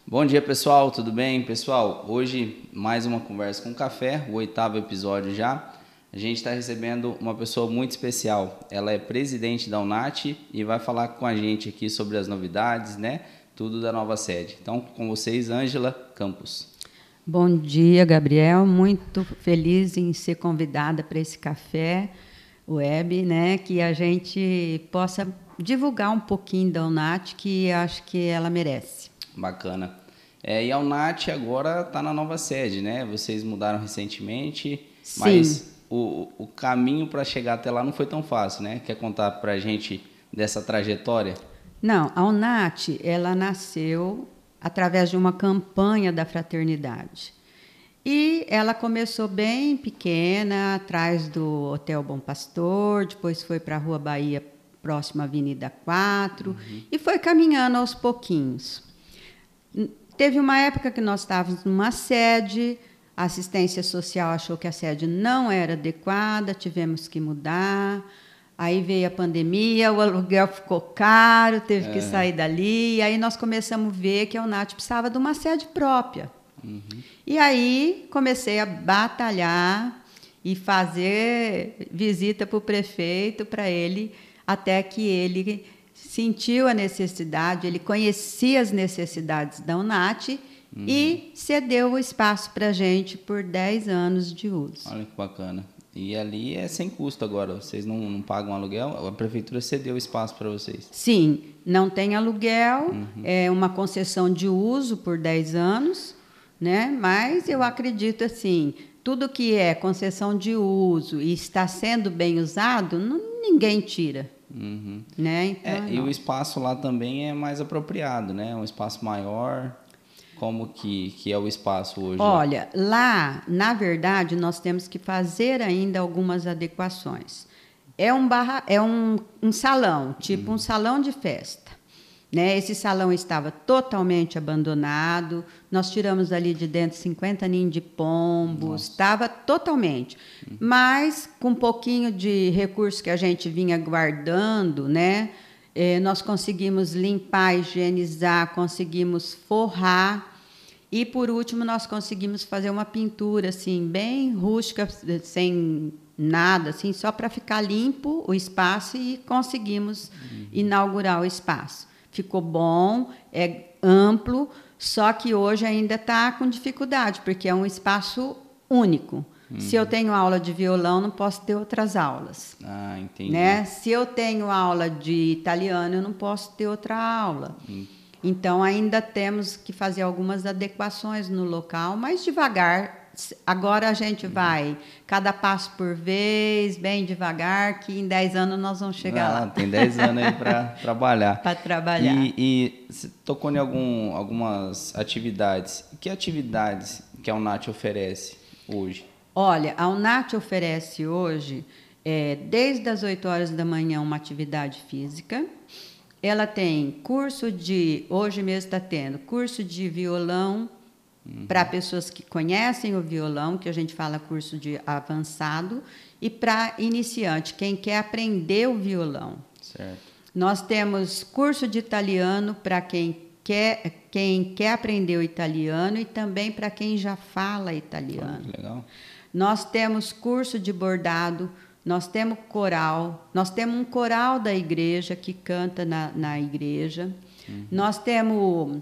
Bom dia, pessoal, tudo bem? Pessoal, hoje mais uma conversa com café, o 8º episódio já. A gente está recebendo uma pessoa muito especial. Ela é presidente da UNAT e vai falar com a gente aqui sobre as novidades, né? Tudo da nova sede. Então, com vocês, Ângela Campos. Bom dia, Gabriel. Muito feliz em ser convidada para esse café web, né? Que a gente possa divulgar um pouquinho da UNAT, que acho que ela merece. Bacana. E a UNAT agora está na nova sede, né? Vocês mudaram recentemente, Sim. Mas o caminho para chegar até lá não foi tão fácil, né? Quer contar para a gente dessa trajetória? Não, a UNAT, ela nasceu através de uma campanha da fraternidade. E ela começou bem pequena, atrás do Hotel Bom Pastor, depois foi para a Rua Bahia, próxima à Avenida 4, e foi caminhando aos pouquinhos. Teve uma época que nós estávamos numa sede, a assistência social achou que a sede não era adequada, tivemos que mudar. Aí veio a pandemia, o aluguel ficou caro, teve que sair dali. E aí nós começamos a ver que a UNAT precisava de uma sede própria. E aí comecei a batalhar e fazer visita para o prefeito, para ele, até que ele sentiu a necessidade, ele conhecia as necessidades da UNAT e cedeu o espaço para a gente por 10 anos de uso. Olha que bacana. E ali é sem custo agora, vocês não pagam aluguel, a prefeitura cedeu o espaço para vocês. Sim, não tem aluguel, é uma concessão de uso por 10 anos, né? Mas eu acredito assim, tudo que é concessão de uso e está sendo bem usado, ninguém tira. Né? Então, E o espaço lá também é mais apropriado, né? Um espaço maior. Como que é o espaço hoje? Olha, lá, na verdade, nós temos que fazer ainda algumas adequações. É um salão, tipo um salão de festa. Né? Esse salão estava totalmente abandonado, nós tiramos ali de dentro 50 ninhos de pombos, estava totalmente. Mas, com um pouquinho de recurso que a gente vinha guardando, né? Nós conseguimos limpar, higienizar, conseguimos forrar. E, por último, nós conseguimos fazer uma pintura assim, bem rústica, sem nada, assim, só para ficar limpo o espaço, e conseguimos inaugurar o espaço. Ficou bom, é amplo, só que hoje ainda está com dificuldade, porque é um espaço único. Se eu tenho aula de violão, não posso ter outras aulas. Ah, entendi. Né? Se eu tenho aula de italiano, eu não posso ter outra aula. Então, ainda temos que fazer algumas adequações no local, mas devagar. Agora a gente vai, cada passo por vez, bem devagar, que em 10 anos nós vamos chegar lá. Tem 10 anos aí para trabalhar. Para trabalhar. E você tocou em algumas atividades. Que atividades que a UNAT oferece hoje? Olha, a UNAT oferece hoje, desde as 8 horas da manhã, uma atividade física. Ela tem hoje mesmo está tendo curso de violão para pessoas que conhecem o violão, que a gente fala curso de avançado, e para iniciante, quem quer aprender o violão. Certo. Nós temos curso de italiano para quem quer aprender o italiano e também para quem já fala italiano. Que legal. Nós temos curso de bordado, nós temos coral, nós temos um coral da igreja que canta na igreja, nós temos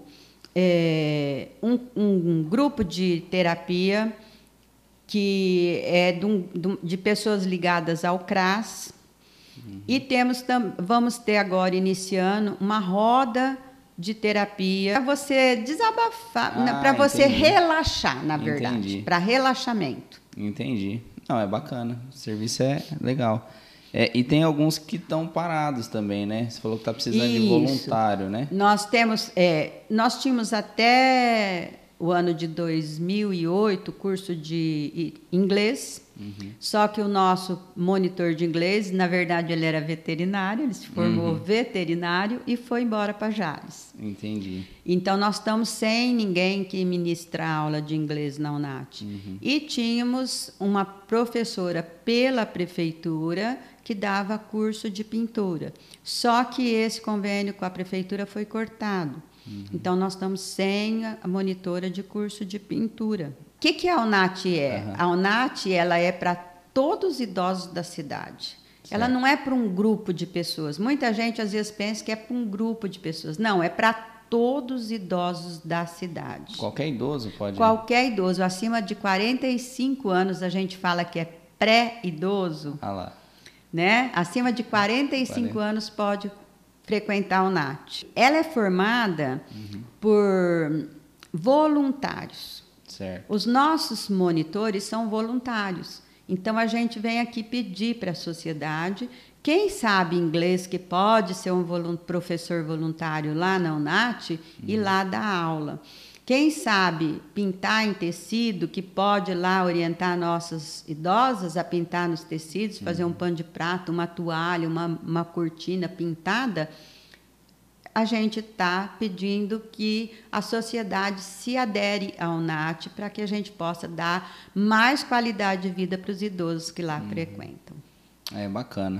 um grupo de terapia que é de pessoas ligadas ao CRAS, e vamos ter agora, iniciando, uma roda de terapia para você desabafar, para você relaxar, na verdade, para relaxamento. Entendi. Não, é bacana, o serviço é legal. E tem alguns que estão parados também, né? Você falou que está precisando de voluntário, né? Nós tínhamos até o ano de 2008 curso de inglês, só que o nosso monitor de inglês, na verdade, ele era veterinário, ele se formou veterinário e foi embora para Jales. Entendi. Então, nós estamos sem ninguém que ministra aula de inglês na UNAT. E tínhamos uma professora pela prefeitura que dava curso de pintura. Só que esse convênio com a prefeitura foi cortado. Então, nós estamos sem a monitora de curso de pintura. O que a UNAT é? A UNAT, ela é para todos os idosos da cidade. Certo. Ela não é para um grupo de pessoas. Muita gente, às vezes, pensa que é para um grupo de pessoas. Não, é para todos os idosos da cidade. Qualquer idoso pode? Qualquer idoso. Acima de 45 anos, a gente fala que é pré-idoso. Ah lá. Né? Acima de 45 anos pode frequentar o NAT. Ela é formada por voluntários. Certo. Os nossos monitores são voluntários. Então, a gente vem aqui pedir para a sociedade, quem sabe inglês que pode ser um professor voluntário lá na UNAT e lá dar aula. Quem sabe pintar em tecido, que pode lá orientar nossas idosas a pintar nos tecidos, fazer um pano de prato, uma toalha, uma cortina pintada, a gente está pedindo que a sociedade se adere ao NAT para que a gente possa dar mais qualidade de vida para os idosos que lá frequentam. É bacana.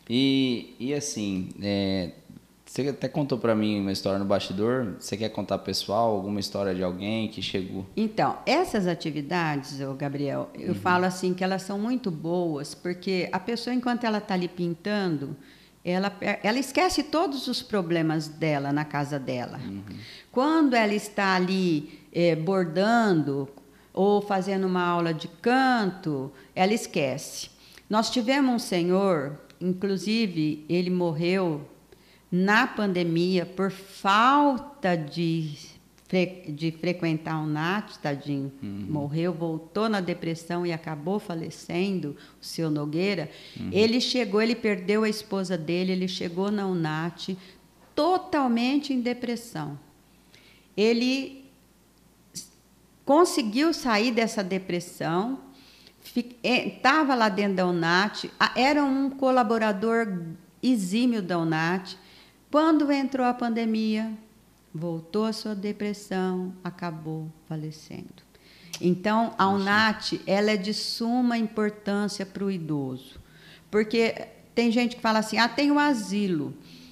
E assim, você até contou para mim uma história no bastidor. Você quer contar pessoal, alguma história de alguém que chegou? Então, essas atividades, Gabriel, eu falo assim que elas são muito boas, porque a pessoa, enquanto ela está ali pintando, ela esquece todos os problemas dela na casa dela. Quando ela está ali bordando ou fazendo uma aula de canto, ela esquece. Nós tivemos um senhor, inclusive, ele morreu na pandemia por falta de frequentar o NAT, tadinho, morreu, voltou na depressão e acabou falecendo, o seu Nogueira. Ele perdeu a esposa dele, ele chegou na UNAT totalmente em depressão. Ele conseguiu sair dessa depressão, estava lá dentro da UNAT, era um colaborador exímio da UNAT. Quando entrou a pandemia, voltou a sua depressão, acabou falecendo. Então, a UNAT, ela é de suma importância para o idoso. Porque tem gente que fala assim, tem um asilo.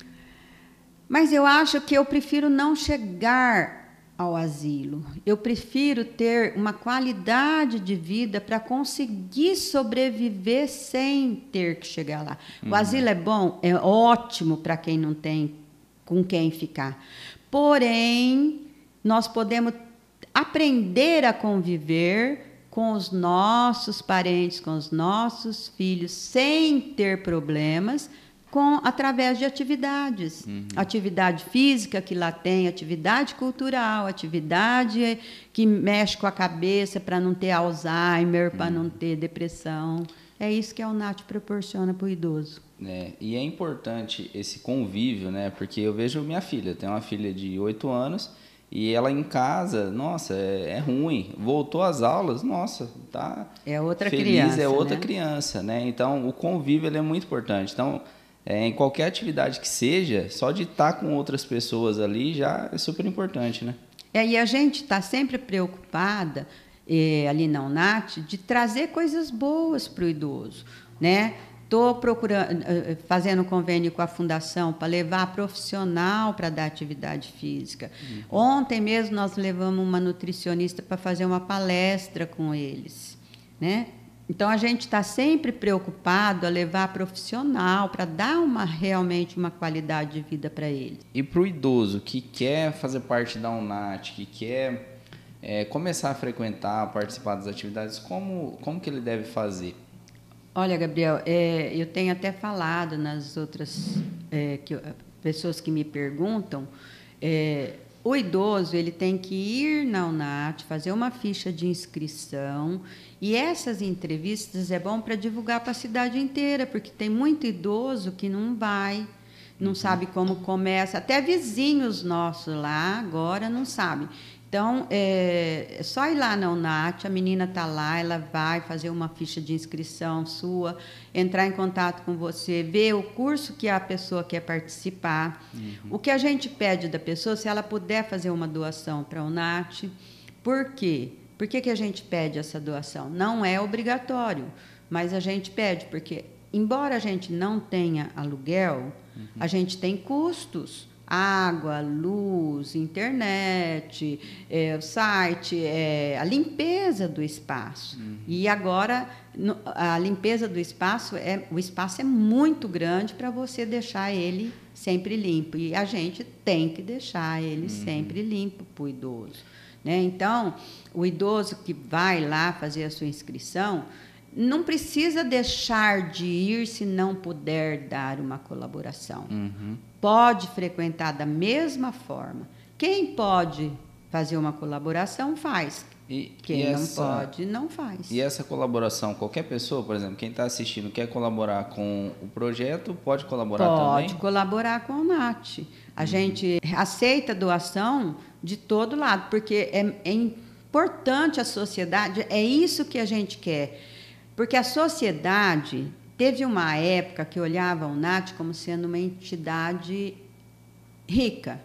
Mas eu acho que eu prefiro não chegar ao asilo. Eu prefiro ter uma qualidade de vida para conseguir sobreviver sem ter que chegar lá. O asilo é bom, é ótimo para quem não tem com quem ficar. Porém, nós podemos aprender a conviver com os nossos parentes, com os nossos filhos, sem ter problemas, através de atividades. Atividade física, que lá tem, atividade cultural, atividade que mexe com a cabeça para não ter Alzheimer, para não ter depressão. É isso que a UNAT proporciona para o idoso. E é importante esse convívio, né? Porque eu vejo minha filha, eu tenho uma filha de 8 anos, e ela em casa, nossa, é ruim. Voltou às aulas, nossa, tá é outra feliz, criança, é outra né? criança, né? Então, o convívio ele é muito importante. Então, em qualquer atividade que seja, só de estar com outras pessoas ali já é super importante, né? E a gente está sempre preocupada, ali na UNAT, de trazer coisas boas para o idoso, né? Estou fazendo convênio com a Fundação para levar profissional para dar atividade física. Ontem mesmo nós levamos uma nutricionista para fazer uma palestra com eles, né? Então, a gente está sempre preocupado a levar profissional para dar realmente uma qualidade de vida para ele. E para o idoso que quer fazer parte da UNAT, que quer começar a frequentar, participar das atividades, como que ele deve fazer? Olha, Gabriel, eu tenho até falado nas outras pessoas que me perguntam, o idoso ele tem que ir na UNAT, fazer uma ficha de inscrição, e essas entrevistas é bom para divulgar para a cidade inteira, porque tem muito idoso que não vai, não sabe como começa, até vizinhos nossos lá agora não sabem. Então, é só ir lá na UNAT, a menina está lá, ela vai fazer uma ficha de inscrição sua, entrar em contato com você, ver o curso que a pessoa quer participar. O que a gente pede da pessoa, se ela puder fazer uma doação para a UNAT. Por quê? Por que a gente pede essa doação? Não é obrigatório, mas a gente pede, porque, embora a gente não tenha aluguel, a gente tem custos água, luz, internet, o site, a limpeza do espaço. E agora a limpeza do espaço o espaço é muito grande para você deixar ele sempre limpo. E a gente tem que deixar ele sempre limpo para o idoso, né? Então, o idoso que vai lá fazer a sua inscrição não precisa deixar de ir se não puder dar uma colaboração. Pode frequentar da mesma forma. Quem pode fazer uma colaboração, faz. Quem não pode, não faz. E essa colaboração, qualquer pessoa, por exemplo, quem está assistindo quer colaborar com o projeto, pode colaborar também? Pode colaborar com o NAT. A gente aceita doação de todo lado, porque é importante a sociedade, é isso que a gente quer. Porque a sociedade teve uma época que olhava o NAT como sendo uma entidade rica.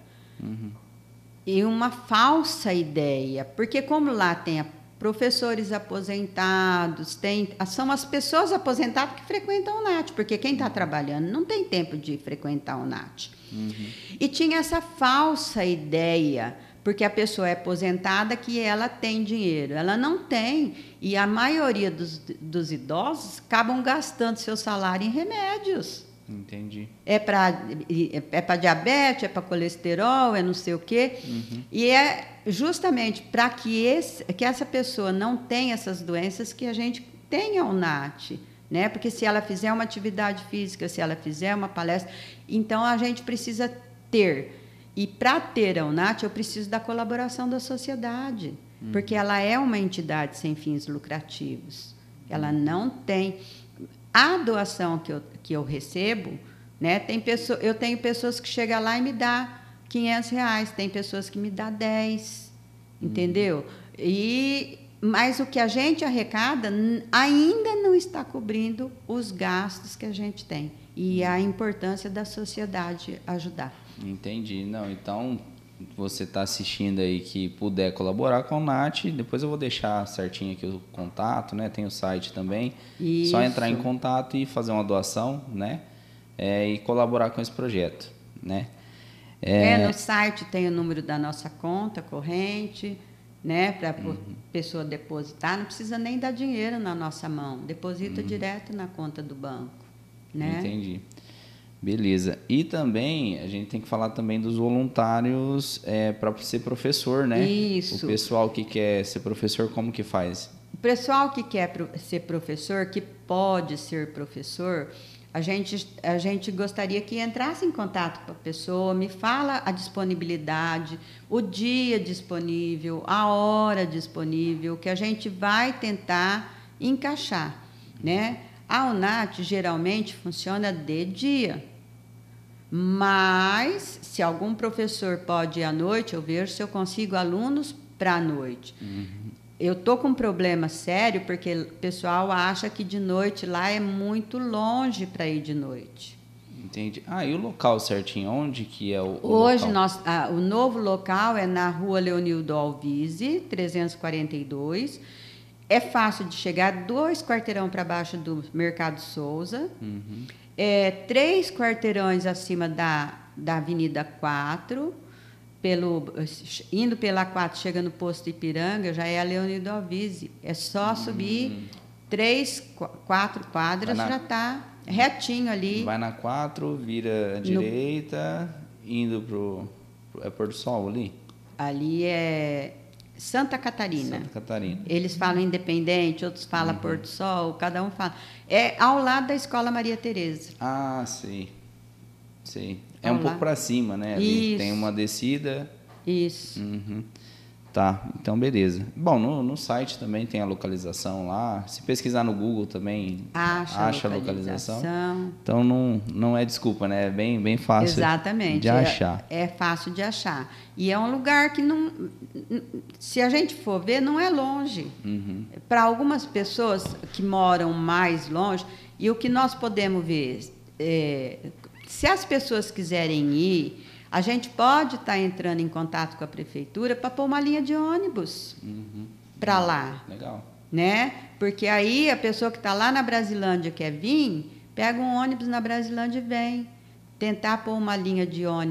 E uma falsa ideia, porque como lá tem professores aposentados, são as pessoas aposentadas que frequentam o NAT, porque quem está trabalhando não tem tempo de frequentar o NAT. E tinha essa falsa ideia, porque a pessoa é aposentada que ela tem dinheiro. Ela não tem, e a maioria dos idosos acabam gastando seu salário em remédios. Entendi. É para diabetes, é para colesterol, é não sei o quê. E é justamente para que essa pessoa não tenha essas doenças que a gente tenha o NAT, né? Porque se ela fizer uma atividade física, se ela fizer uma palestra, então a gente precisa ter. E para ter a UNAT, eu preciso da colaboração da sociedade, porque ela é uma entidade sem fins lucrativos. Ela não tem... A doação que eu recebo, né, eu tenho pessoas que chegam lá e me dão R$500, tem pessoas que me dão 10, entendeu? Mas o que a gente arrecada ainda não está cobrindo os gastos que a gente tem. E a importância da sociedade ajudar. Entendi. Não, então, você está assistindo aí que puder colaborar com o NAT, depois eu vou deixar certinho aqui o contato, né? Tem o site também. Isso. Só entrar em contato e fazer uma doação, né? E colaborar com esse projeto, né? No site tem o número da nossa conta corrente, né? Para a pessoa depositar. Não precisa nem dar dinheiro na nossa mão. Deposita direto na conta do banco, né? Entendi. Beleza. E também, a gente tem que falar também dos voluntários para ser professor, né? Isso. O pessoal que quer ser professor, como que faz? O pessoal que quer ser professor, que pode ser professor, a gente gostaria que entrasse em contato com a pessoa, me fala a disponibilidade, o dia disponível, a hora disponível, que a gente vai tentar encaixar, né? A UNAT geralmente funciona de dia. Mas, se algum professor pode ir à noite, eu vejo se eu consigo alunos para a noite. Eu estou com um problema sério, porque o pessoal acha que de noite lá é muito longe para ir de noite. Entendi. E o local certinho, onde que é o Hoje, local? o novo local é na rua Leonildo Alvise, 342. É fácil de chegar, 2 quarteirão para baixo do Mercado Souza. 3 quarteirões acima da Avenida 4, indo pela 4, chega no posto Ipiranga, já é a Leonildo Alvise. É só subir 4 quadras, já está retinho ali. Vai na 4, vira à direita, indo pro Pôr do Sol ali? Ali é Santa Catarina. Santa Catarina. Eles falam Independente, outros falam Porto Sol, cada um fala. É ao lado da Escola Maria Tereza. Sei. É um pouco para cima, né? Ali tem uma descida. Isso. Tá, então beleza. Bom, no site também tem a localização lá. Se pesquisar no Google também acha a localização. Então não é desculpa, né? É bem fácil. Exatamente, de achar. É fácil de achar. E é um lugar que não, se a gente for ver, não é longe. Para algumas pessoas que moram mais longe, e o que nós podemos ver, se as pessoas quiserem ir, a gente pode estar entrando em contato com a prefeitura para pôr uma linha de ônibus para lá. Legal. Né? Porque aí a pessoa que está lá na Brasilândia quer vir, pega um ônibus na Brasilândia e vem. Tentar pôr uma linha de ônibus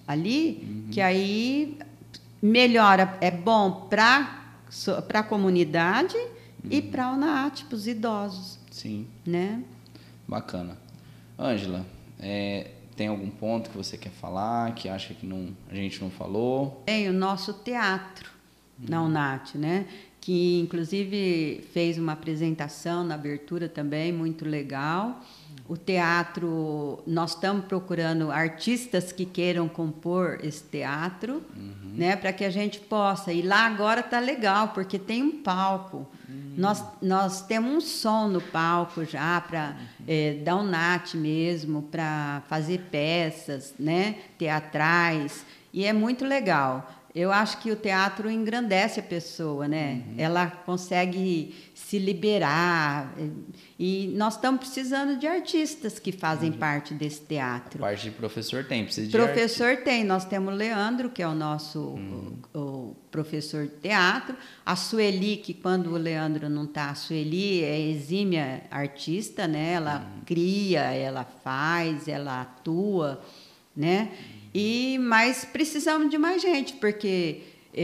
ali, que aí melhora, é bom para a comunidade e para o NAAT, para os idosos. Sim. Né? Bacana. Ângela, tem algum ponto que você quer falar, que acha que a gente não falou? Tem o nosso teatro na UNAT, né? Que inclusive fez uma apresentação na abertura também, muito legal. O teatro, nós estamos procurando artistas que queiram compor esse teatro, né, para que a gente possa. E lá agora está legal, porque tem um palco. Nós temos um som no palco já, para da UNAT mesmo, para fazer peças, né, teatrais, e é muito legal. Eu acho que o teatro engrandece a pessoa, né? Ela consegue se liberar. E nós estamos precisando de artistas que fazem parte desse teatro. A parte de professor precisa de professor tem. Nós temos o Leandro, que é o nosso o professor de teatro. A Sueli, que quando o Leandro não está, a Sueli é exímia artista, né? Ela cria, ela faz, ela atua, né? Mas precisamos de mais gente, porque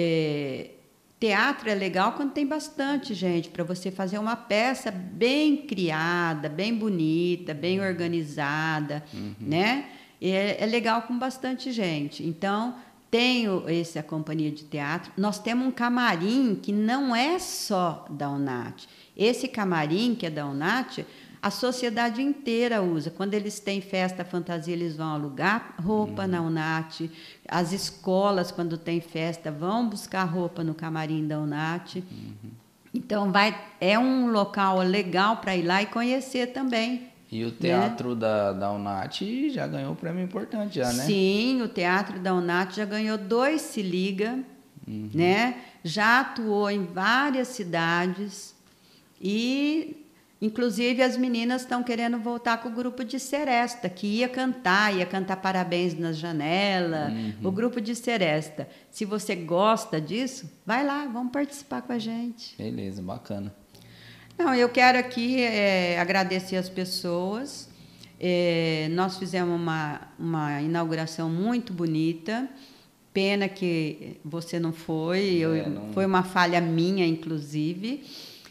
teatro é legal quando tem bastante gente, para você fazer uma peça bem criada, bem bonita, bem organizada, né? É legal com bastante gente. Então, tenho essa companhia de teatro. Nós temos um camarim que não é só da UNAT. Esse camarim, que é da UNAT, a sociedade inteira usa. Quando eles têm festa fantasia, eles vão alugar roupa na UNAT. As escolas, quando tem festa, vão buscar roupa no camarim da UNAT. Então, é um local legal para ir lá e conhecer também. E o teatro, né, da UNAT já ganhou um prêmio importante, já, né? Sim, o teatro da UNAT já ganhou 2 Se Liga, né? Já atuou em várias cidades e... Inclusive, as meninas estão querendo voltar com o grupo de Seresta, que ia cantar Parabéns na Janela, o grupo de Seresta. Se você gosta disso, vai lá, vamos participar com a gente. Beleza, bacana. Não, eu quero aqui agradecer as pessoas. Nós fizemos uma inauguração muito bonita. Pena que você não foi, foi uma falha minha, inclusive.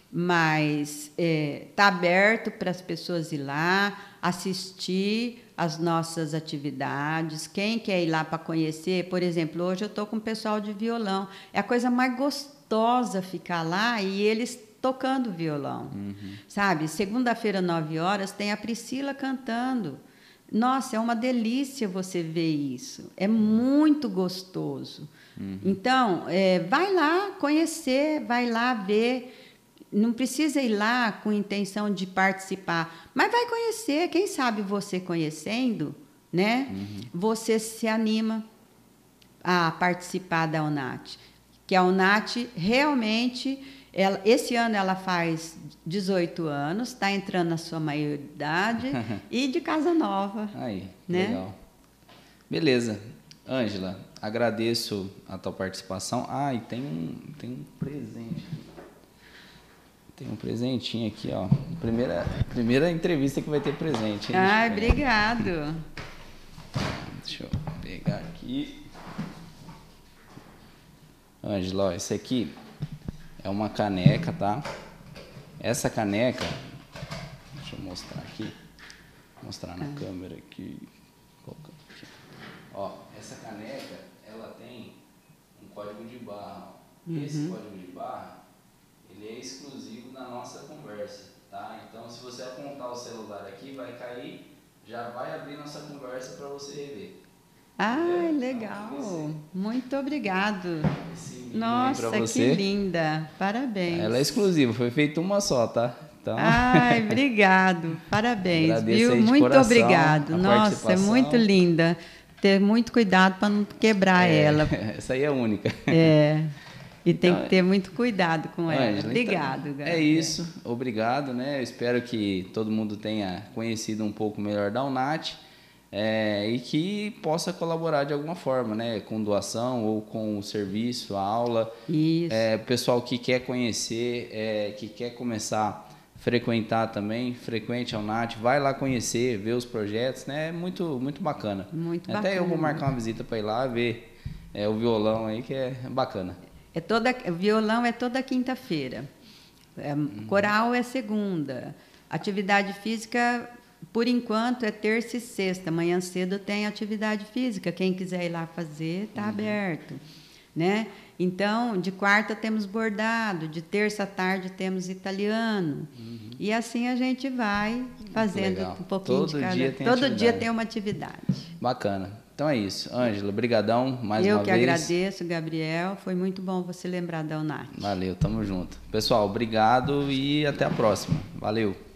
Mas está aberto para as pessoas ir lá, assistir as nossas atividades. Quem quer ir lá para conhecer, por exemplo, hoje eu estou com o pessoal de violão. É a coisa mais gostosa ficar lá e eles tocando violão. Sabe? Segunda-feira, 9h, tem a Priscila cantando. Nossa, é uma delícia você ver isso. É muito gostoso. Então, vai lá conhecer, vai lá ver. Não precisa ir lá com intenção de participar, mas vai conhecer. Quem sabe você conhecendo, né? Você se anima a participar da UNAT. Que a UNAT realmente, esse ano ela faz 18 anos, está entrando na sua maioridade e de casa nova. Aí, né? Legal. Beleza. Ângela, agradeço a tua participação. E tem um presente. Tem um presentinho aqui, ó. Primeira entrevista que vai ter presente. Obrigado. Deixa eu pegar aqui. Ângela, ó, esse aqui é uma caneca, tá? Essa caneca, deixa eu mostrar aqui. Vou mostrar na câmera aqui. Ó, essa caneca, ela tem um código de barra. Esse código de barra, ele é exclusivo da nossa conversa, tá? Então, se você apontar o celular aqui, vai cair, já vai abrir nossa conversa para você rever. Legal. Muito obrigado. Nossa, pra você. Que linda. Parabéns. Ela é exclusiva, foi feita uma só, tá? Então... obrigado. Parabéns, Agradeço viu? Muito obrigado. Nossa, é muito linda. Ter muito cuidado para não quebrar ela. Essa aí é única. E tem que ter muito cuidado com ela. Ângela, Obrigado, então, é isso, obrigado, né? Eu espero que todo mundo tenha conhecido um pouco melhor da UNAT e que possa colaborar de alguma forma, né? Com doação ou com o serviço, a aula. Isso. Pessoal que quer conhecer, que quer começar a frequentar também, frequente ao NAT, vai lá conhecer, ver os projetos, né? É muito, muito bacana. Muito Até bacana. eu vou marcar uma visita para ir lá ver o violão aí, que é bacana. Violão é toda quinta-feira. Coral é segunda. Atividade física, por enquanto, é terça e sexta. Amanhã cedo tem atividade física. Quem quiser ir lá fazer, está aberto. Né? Então, de quarta temos bordado, de terça à tarde temos italiano. E assim a gente vai fazendo um pouquinho de cada. Todo dia tem uma atividade. Bacana. Então é isso. Ângela, brigadão mais uma vez. Eu que agradeço, Gabriel. Foi muito bom você lembrar da UNAT. Valeu, tamo junto. Pessoal, obrigado e até a próxima. Valeu.